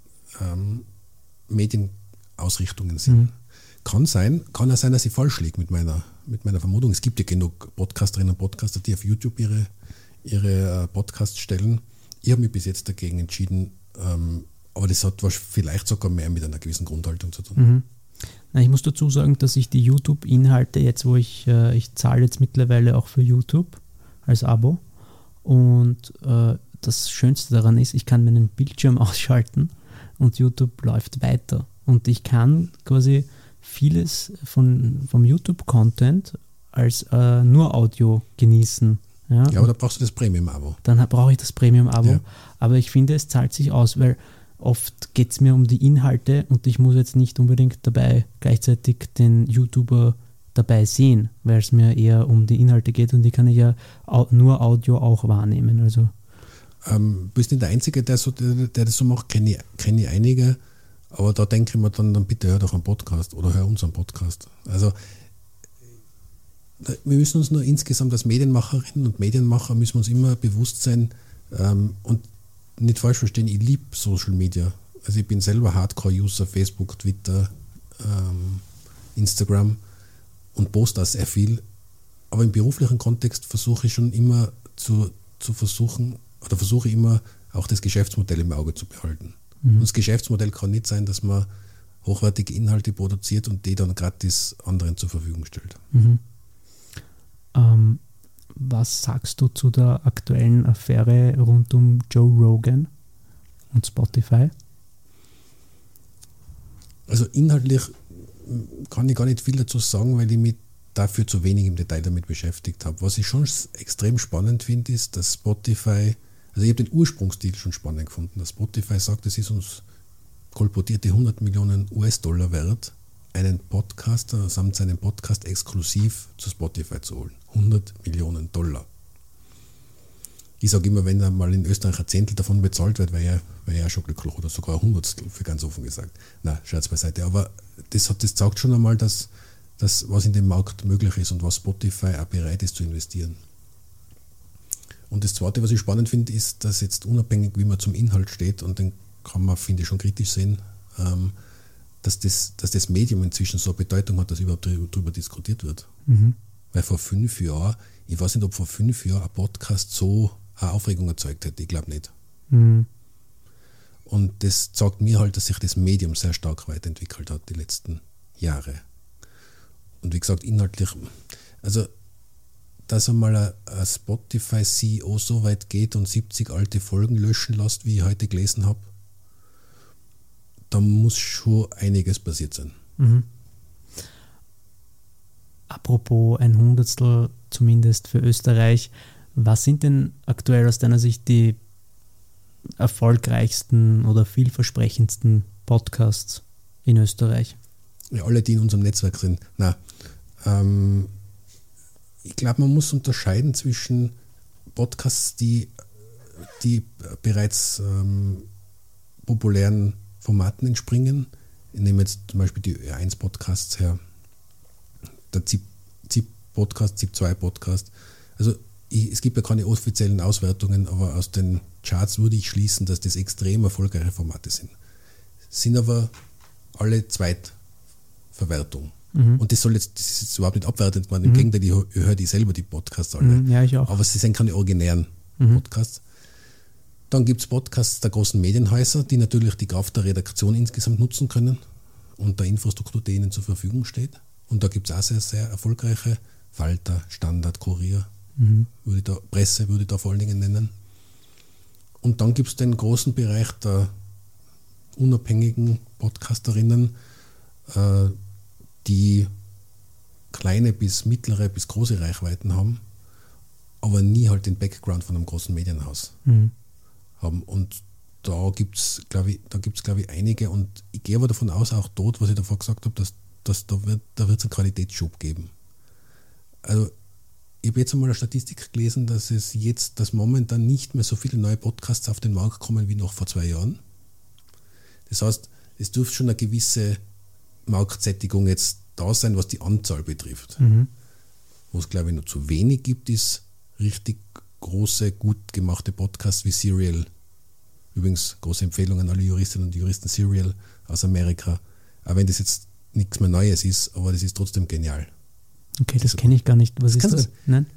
Medienausrichtungen sind. Kann auch sein, dass ich falsch liege mit meiner Vermutung. Es gibt ja genug Podcasterinnen und Podcaster, die auf YouTube ihre Podcasts stellen. Ich habe mich bis jetzt dagegen entschieden, Aber das hat vielleicht sogar mehr mit einer gewissen Grundhaltung zu tun. Mhm. Na, ich muss dazu sagen, dass ich die YouTube-Inhalte jetzt, wo ich zahle jetzt mittlerweile auch für YouTube als Abo, und das Schönste daran ist, ich kann meinen Bildschirm ausschalten und YouTube läuft weiter. Und ich kann quasi vieles vom YouTube-Content als nur Audio genießen. Ja, aber da brauchst du das Premium-Abo. Dann brauche ich das Premium-Abo. Ja. Aber ich finde, es zahlt sich aus, weil oft geht es mir um die Inhalte und ich muss jetzt nicht unbedingt dabei gleichzeitig den YouTuber dabei sehen, weil es mir eher um die Inhalte geht und die kann ich ja nur Audio auch wahrnehmen. Also bist nicht der Einzige, der das so macht, kenne ich einige, aber da denke ich mir dann bitte hör doch einen Podcast oder hör unseren Podcast. Also wir müssen uns nur insgesamt als Medienmacherinnen und Medienmacher müssen wir uns immer bewusst sein und nicht falsch verstehen, ich liebe Social Media. Also ich bin selber Hardcore-User, Facebook, Twitter, Instagram und poste da sehr viel. Aber im beruflichen Kontext versuche ich schon immer versuche immer auch das Geschäftsmodell im Auge zu behalten. Und das Geschäftsmodell kann nicht sein, dass man hochwertige Inhalte produziert und die dann gratis anderen zur Verfügung stellt. Mhm. Was sagst du zu der aktuellen Affäre rund um Joe Rogan und Spotify? Also inhaltlich kann ich gar nicht viel dazu sagen, weil ich mich dafür zu wenig im Detail damit beschäftigt habe. Was ich schon extrem spannend finde, ist, dass Spotify, also ich habe den Ursprungsstil schon spannend gefunden, dass Spotify sagt, es ist uns kolportierte 100 Millionen US-Dollar wert, einen Podcaster samt seinem Podcast exklusiv zu Spotify zu holen. 100 Millionen Dollar. Ich sage immer, wenn dann mal in Österreich ein Zehntel davon bezahlt wird, wäre ja schon glücklich oder sogar ein Hundertstel, für ganz offen gesagt. Na, Scherz beiseite. Aber das zeigt schon einmal, dass was in dem Markt möglich ist und was Spotify auch bereit ist zu investieren. Und das Zweite, was ich spannend finde, ist, dass jetzt unabhängig, wie man zum Inhalt steht, und den kann man, finde ich, schon kritisch sehen, dass das Medium inzwischen so eine Bedeutung hat, dass überhaupt darüber diskutiert wird. Mhm. Weil vor 5 Jahren, ich weiß nicht, ob vor 5 Jahren ein Podcast so eine Aufregung erzeugt hätte, ich glaube nicht. Mhm. Und das zeigt mir halt, dass sich das Medium sehr stark weiterentwickelt hat die letzten Jahre. Und wie gesagt, inhaltlich, also dass einmal ein Spotify-CEO so weit geht und 70 alte Folgen löschen lässt, wie ich heute gelesen habe, da muss schon einiges passiert sein. Mhm. Apropos ein Hundertstel, zumindest für Österreich, was sind denn aktuell aus deiner Sicht die erfolgreichsten oder vielversprechendsten Podcasts in Österreich? Ja, alle, die in unserem Netzwerk sind. Ich glaube, man muss unterscheiden zwischen Podcasts, die bereits populären Formaten entspringen. Ich nehme jetzt zum Beispiel die Ö1-Podcasts her, der ZIP-Podcast, ZIP-2-Podcast. Also es gibt ja keine offiziellen Auswertungen, aber aus den Charts würde ich schließen, dass das extrem erfolgreiche Formate sind. Sind aber alle Zweitverwertung. Mhm. Und das ist überhaupt nicht abwertend, im Gegenteil, ich höre die selber, die Podcasts alle. Ja, ich auch. Aber sie sind keine originären Podcasts. Dann gibt es Podcasts der großen Medienhäuser, die natürlich die Kraft der Redaktion insgesamt nutzen können und der Infrastruktur, die ihnen zur Verfügung steht. Und da gibt es auch sehr, sehr erfolgreiche Falter, Standard, Kurier, Presse würde ich da vor allen Dingen nennen. Und dann gibt es den großen Bereich der unabhängigen Podcasterinnen, die kleine bis mittlere bis große Reichweiten haben, aber nie halt den Background von einem großen Medienhaus haben. Und da gibt es, glaube ich, einige, und ich gehe aber davon aus, auch dort, was ich davor gesagt habe, dass da wird es einen Qualitätsschub geben. Also ich habe jetzt einmal eine Statistik gelesen, dass momentan nicht mehr so viele neue Podcasts auf den Markt kommen wie noch vor 2 Jahren. Das heißt, es dürfte schon eine gewisse Marktsättigung jetzt da sein, was die Anzahl betrifft. Wo es, glaube ich, noch zu wenig gibt, ist richtig große, gut gemachte Podcasts wie Serial. Übrigens, große Empfehlung an alle Juristinnen und Juristen, Serial aus Amerika. Auch wenn das jetzt nichts mehr Neues ist, aber das ist trotzdem genial. Okay, das kenne ich gar nicht. Was ist das? Nein?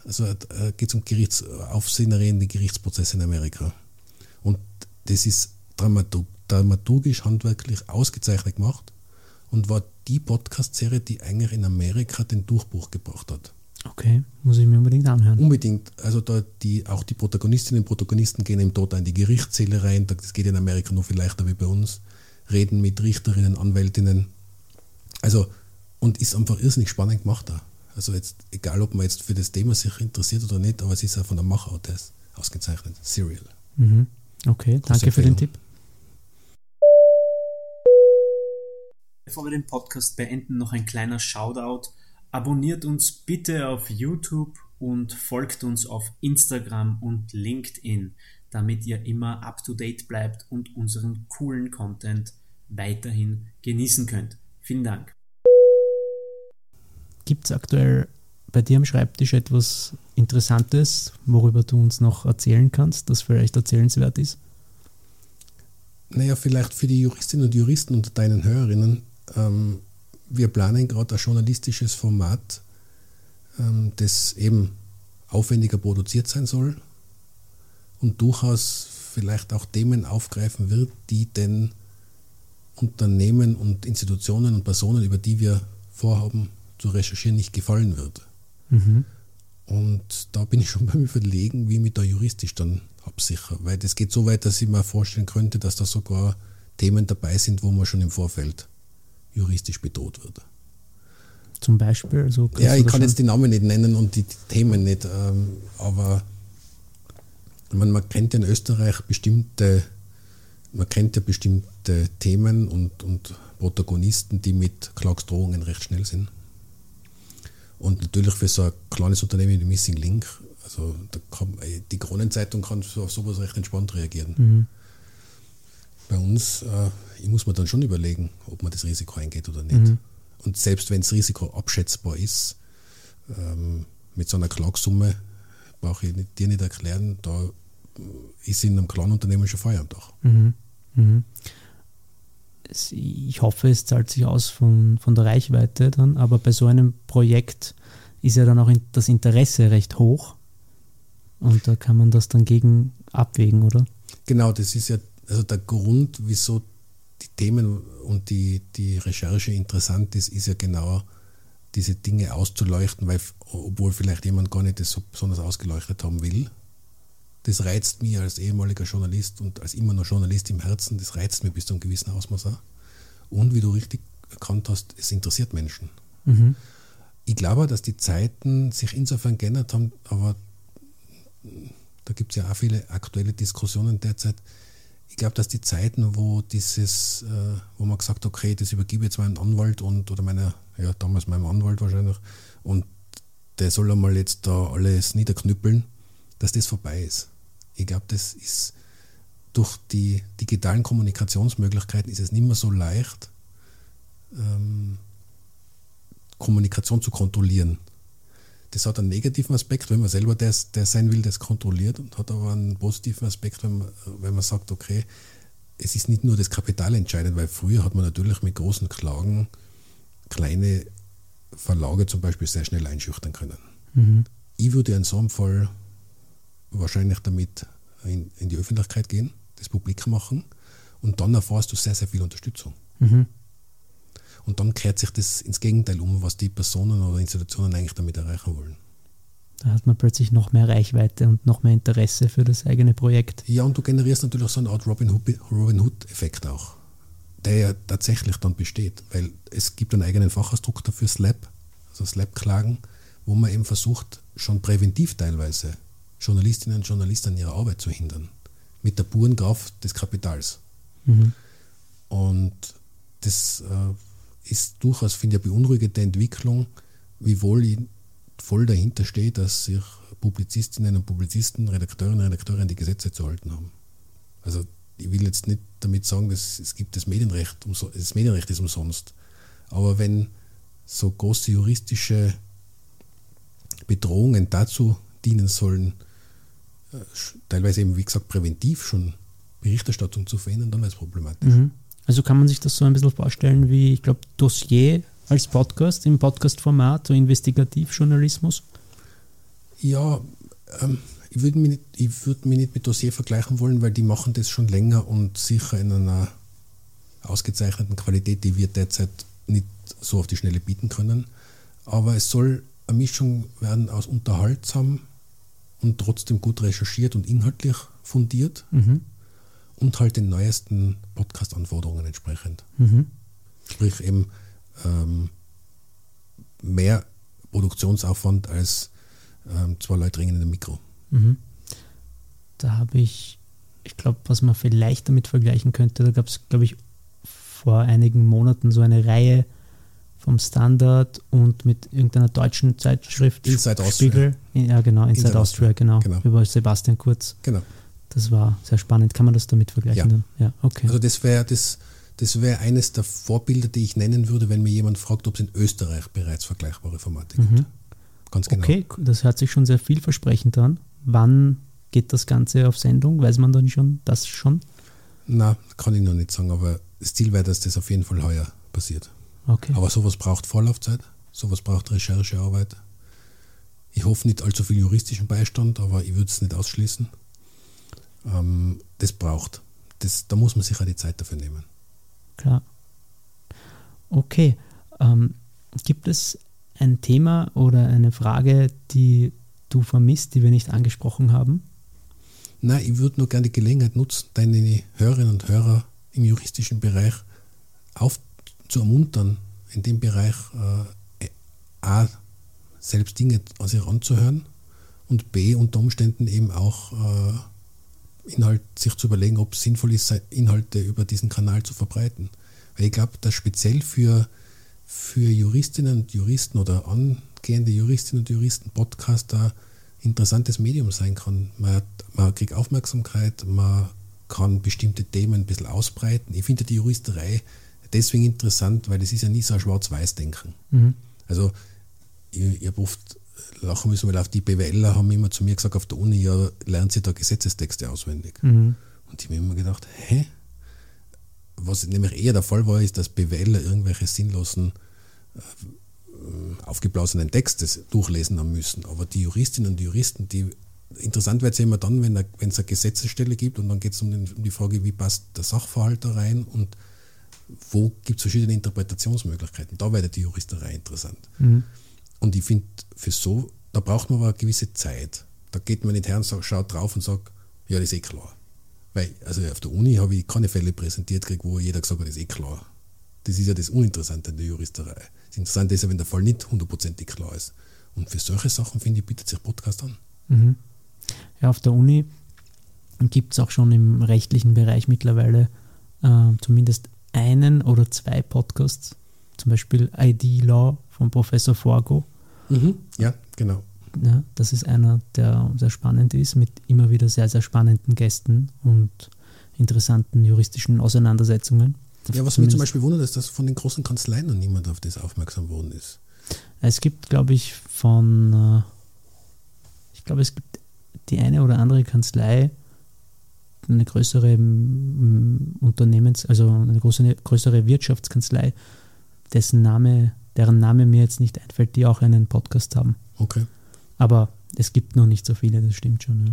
Geht um Gerichtsaufseherin, die Gerichtsprozesse in Amerika. Und das ist dramaturgisch, handwerklich ausgezeichnet gemacht und war die Podcast-Serie, die eigentlich in Amerika den Durchbruch gebracht hat. Okay, muss ich mir unbedingt anhören. Unbedingt. Also da auch die Protagonistinnen und Protagonisten gehen eben dort in die Gerichtssäle rein. Das geht in Amerika noch viel leichter wie bei uns. Reden mit Richterinnen, Anwältinnen. Also, und ist einfach irrsinnig spannend gemacht da. Also jetzt, egal ob man jetzt für das Thema sich interessiert oder nicht, aber es ist auch von der Machart ausgezeichnet. Serial. Okay, danke für den Tipp. Bevor wir den Podcast beenden, noch ein kleiner Shoutout. Abonniert uns bitte auf YouTube und folgt uns auf Instagram und LinkedIn, damit ihr immer up-to-date bleibt und unseren coolen Content weiterhin genießen könnt. Vielen Dank. Gibt es aktuell bei dir am Schreibtisch etwas Interessantes, worüber du uns noch erzählen kannst, das vielleicht erzählenswert ist? Naja, vielleicht für die Juristinnen und Juristen unter deinen Hörerinnen. Wir planen gerade ein journalistisches Format, das eben aufwendiger produziert sein soll und durchaus vielleicht auch Themen aufgreifen wird, die den Unternehmen und Institutionen und Personen, über die wir vorhaben zu recherchieren, nicht gefallen wird. Und da bin ich schon beim Überlegen, wie ich mich da juristisch dann absichere, weil das geht so weit, dass ich mir vorstellen könnte, dass da sogar Themen dabei sind, wo man schon im Vorfeld juristisch bedroht wird. Zum Beispiel? Also ja, ich kann jetzt die Namen nicht nennen und die Themen nicht, aber man kennt ja in Österreich bestimmte Themen und Protagonisten, die mit Klagsdrohungen recht schnell sind. Und natürlich für so ein kleines Unternehmen wie Missing Link, also die Kronenzeitung kann auf sowas recht entspannt reagieren. Bei uns, ich muss mir dann schon überlegen, ob man das Risiko eingeht oder nicht. Und selbst wenn das Risiko abschätzbar ist, mit so einer Klagsumme, brauche ich dir nicht erklären, da ist in einem kleinen Unternehmen schon Feuer am Dach. Ich hoffe, es zahlt sich aus von der Reichweite dann, aber bei so einem Projekt ist ja dann auch das Interesse recht hoch und da kann man das dann gegen abwägen, oder? Genau, das ist ja also der Grund, wieso die Themen und die Recherche interessant ist ja genau diese Dinge auszuleuchten, weil obwohl vielleicht jemand gar nicht das so besonders ausgeleuchtet haben will. Das reizt mich als ehemaliger Journalist und als immer noch Journalist im Herzen, das reizt mich bis zu einem gewissen Ausmaß auch. Und wie du richtig erkannt hast, es interessiert Menschen. Ich glaube, dass die Zeiten sich insofern geändert haben, aber da gibt es ja auch viele aktuelle Diskussionen derzeit. Ich glaube, dass die Zeiten, wo man gesagt hat, okay, das übergebe ich jetzt meinem Anwalt damals meinem Anwalt wahrscheinlich, und der soll einmal jetzt da alles niederknüppeln, dass das vorbei ist. Ich glaube, das ist durch die digitalen Kommunikationsmöglichkeiten ist es nicht mehr so leicht, Kommunikation zu kontrollieren. Das hat einen negativen Aspekt, wenn man selber der sein will, der es kontrolliert, und hat aber einen positiven Aspekt, wenn man sagt, okay, es ist nicht nur das Kapital entscheidend, weil früher hat man natürlich mit großen Klagen kleine Verlage zum Beispiel sehr schnell einschüchtern können. Ich würde in so einem Fall wahrscheinlich damit in die Öffentlichkeit gehen, das publik machen, und dann erfährst du sehr, sehr viel Unterstützung. Und dann kehrt sich das ins Gegenteil um, was die Personen oder Institutionen eigentlich damit erreichen wollen. Da hat man plötzlich noch mehr Reichweite und noch mehr Interesse für das eigene Projekt. Ja, und du generierst natürlich so eine Art Robin Hood-Effekt auch, der ja tatsächlich dann besteht, weil es gibt einen eigenen Fachausdruck dafür, SLAPP, also SLAPP-Klagen, wo man eben versucht, schon präventiv teilweise Journalistinnen und Journalisten an ihrer Arbeit zu hindern, mit der puren Kraft des Kapitals. Und das ist durchaus, finde ich, eine beunruhigende Entwicklung, wiewohl ich voll dahinter stehe, dass sich Publizistinnen und Publizisten, Redakteurinnen und Redakteure an die Gesetze zu halten haben. Also ich will jetzt nicht damit sagen, dass es gibt das Medienrecht ist umsonst. Aber wenn so große juristische Bedrohungen dazu dienen sollen, teilweise eben, wie gesagt, präventiv schon Berichterstattung zu verhindern, dann wäre es problematisch. Also kann man sich das so ein bisschen vorstellen wie, ich glaube, Dossier als Podcast, im Podcast-Format, so Investigativjournalismus? Ja, ich Ich würde mich nicht mit Dossier vergleichen wollen, weil die machen das schon länger und sicher in einer ausgezeichneten Qualität, die wir derzeit nicht so auf die Schnelle bieten können. Aber es soll eine Mischung werden aus unterhaltsam und trotzdem gut recherchiert und inhaltlich fundiert und halt den neuesten Podcast-Anforderungen entsprechend. Sprich eben mehr Produktionsaufwand als 2 Leute ringen in einem Mikro. Da habe ich glaube, was man vielleicht damit vergleichen könnte, da gab es, glaube ich, vor einigen Monaten so eine Reihe vom Standard und mit irgendeiner deutschen Zeitschrift. Inside Austria. Spiegel. Ja, genau, Inside Austria, genau. Über Sebastian Kurz. Genau. Das war sehr spannend. Kann man das damit vergleichen? Dann? Ja, okay. Also das wäre eines der Vorbilder, die ich nennen würde, wenn mir jemand fragt, ob es in Österreich bereits vergleichbare Formate gibt. Ganz genau. Okay, das hört sich schon sehr vielversprechend an. Wann geht das Ganze auf Sendung? Weiß man dann schon das schon? Na, kann ich noch nicht sagen, aber das Ziel wäre, dass das auf jeden Fall heuer passiert. Okay. Aber sowas braucht Vorlaufzeit, sowas braucht Recherchearbeit. Ich hoffe nicht allzu viel juristischen Beistand, aber ich würde es nicht ausschließen. Das braucht. Da muss man sich auch die Zeit dafür nehmen. Klar. Okay. Gibt es ein Thema oder eine Frage, die du vermisst, die wir nicht angesprochen haben? Nein, ich würde nur gerne die Gelegenheit nutzen, deine Hörerinnen und Hörer im juristischen Bereich zu ermuntern, in dem Bereich A, selbst Dinge an sich anzuhören und B, unter Umständen eben auch sich zu überlegen, ob es sinnvoll ist, Inhalte über diesen Kanal zu verbreiten. Weil ich glaube, dass speziell für Juristinnen und Juristen oder angehende Juristinnen und Juristen Podcast ein interessantes Medium sein kann. Man kriegt Aufmerksamkeit, man kann bestimmte Themen ein bisschen ausbreiten. Ich finde die Juristerei deswegen interessant, weil es ist ja nie so ein Schwarz-Weiß-Denken. Also ich habe oft lachen müssen, weil auf die BWLer haben immer zu mir gesagt, auf der Uni, ja, lernen sie da Gesetzestexte auswendig. Und ich habe mir immer gedacht, was nämlich eher der Fall war, ist, dass BWLer irgendwelche sinnlosen, aufgeblasenen Texte durchlesen haben müssen. Aber die Juristinnen und Juristen, interessant wird es ja immer dann, wenn es eine Gesetzesstelle gibt und dann geht es um die Frage, wie passt der Sachverhalt da rein und wo gibt es verschiedene Interpretationsmöglichkeiten. Da wird die Juristerei interessant. Und ich finde, da braucht man aber eine gewisse Zeit. Da geht man nicht her und schaut drauf und sagt, ja, das ist eh klar. Weil, also auf der Uni habe ich keine Fälle präsentiert gekriegt, wo jeder gesagt hat, das ist eh klar. Das ist ja das Uninteressante in der Juristerei. Das Interessante ist ja, wenn der Fall nicht 100% klar ist. Und für solche Sachen, finde ich, bietet sich Podcast an. Ja, auf der Uni gibt es auch schon im rechtlichen Bereich mittlerweile zumindest einen oder 2 Podcasts, zum Beispiel ID Law von Professor Forgo. Ja, genau. Ja, das ist einer, der sehr spannend ist, mit immer wieder sehr, sehr spannenden Gästen und interessanten juristischen Auseinandersetzungen. Ja, was mich zum Beispiel wundert, ist, dass von den großen Kanzleien noch niemand auf das aufmerksam worden ist. Es gibt, glaube ich, es gibt die eine oder andere Kanzlei, eine größere eine größere Wirtschaftskanzlei, deren Name mir jetzt nicht einfällt, die auch einen Podcast haben. Okay. Aber es gibt noch nicht so viele, das stimmt schon.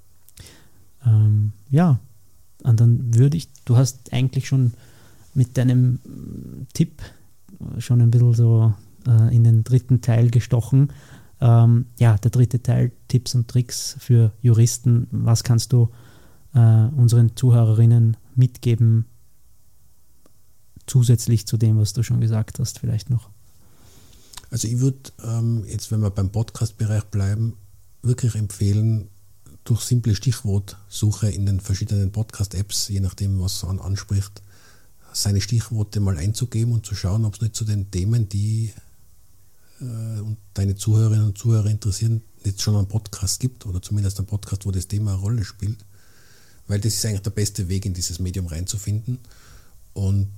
Ja. Und dann du hast eigentlich schon mit deinem Tipp schon ein bisschen so in den 3. Teil gestochen. Der 3. Teil, Tipps und Tricks für Juristen. Was kannst du unseren Zuhörerinnen mitgeben, zusätzlich zu dem, was du schon gesagt hast, vielleicht noch? Also ich würde jetzt, wenn wir beim Podcast-Bereich bleiben, wirklich empfehlen, durch simple Stichwortsuche in den verschiedenen Podcast-Apps, je nachdem, was man anspricht, seine Stichworte mal einzugeben und zu schauen, ob es nicht zu den Themen, die deine Zuhörerinnen und Zuhörer interessieren, jetzt schon einen Podcast gibt oder zumindest einen Podcast, wo das Thema eine Rolle spielt. Weil das ist eigentlich der beste Weg, in dieses Medium reinzufinden. Und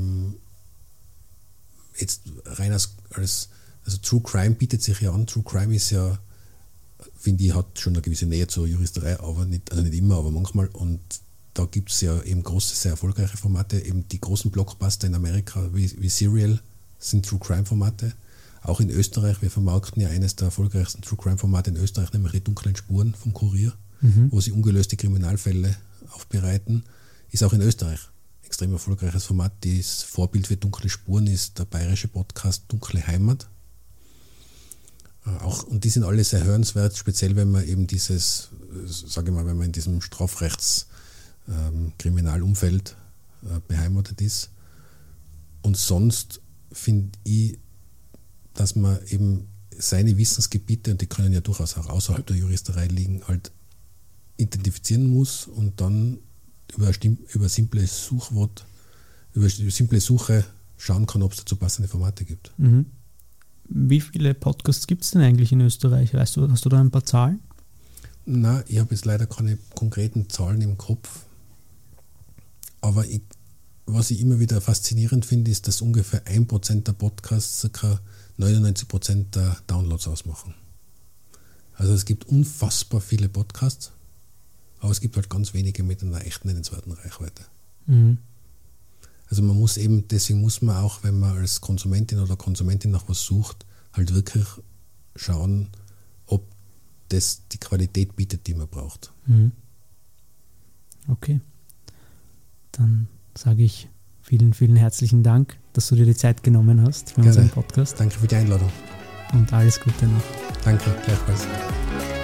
jetzt rein also True Crime bietet sich ja an. True Crime ist ja, finde ich, hat schon eine gewisse Nähe zur Juristerei, aber nicht immer, aber manchmal. Und da gibt es ja eben große, sehr erfolgreiche Formate. Eben die großen Blockbuster in Amerika wie Serial sind True Crime Formate. Auch in Österreich, wir vermarkten ja eines der erfolgreichsten True Crime Formate in Österreich, nämlich die dunklen Spuren vom Kurier, wo sie ungelöste Kriminalfälle aufbereiten, ist auch in Österreich ein extrem erfolgreiches Format. Das Vorbild für dunkle Spuren ist der bayerische Podcast Dunkle Heimat. Und die sind alle sehr hörenswert, speziell wenn man eben dieses, sage ich mal, wenn man in diesem Strafrechts-Kriminalumfeld beheimatet ist. Und sonst finde ich, dass man eben seine Wissensgebiete, und die können ja durchaus auch außerhalb der Juristerei liegen, halt identifizieren muss und dann über simple Suchwort, über simple Suche schauen kann, ob es dazu passende Formate gibt. Mhm. Wie viele Podcasts gibt es denn eigentlich in Österreich? Weißt du, hast du da ein paar Zahlen? Nein, ich habe jetzt leider keine konkreten Zahlen im Kopf. Aber was ich immer wieder faszinierend finde, ist, dass ungefähr 1% der Podcasts ca. 99% der Downloads ausmachen. Also es gibt unfassbar viele Podcasts, aber es gibt halt ganz wenige mit einer echt nennenswerten Reichweite. Mhm. Also deswegen muss man auch, wenn man als Konsumentin oder Konsumentin nach was sucht, halt wirklich schauen, ob das die Qualität bietet, die man braucht. Mhm. Okay. Dann sage ich vielen, vielen herzlichen Dank, dass du dir die Zeit genommen hast für unseren Podcast. Danke für die Einladung. Und alles Gute noch. Danke, gleichfalls.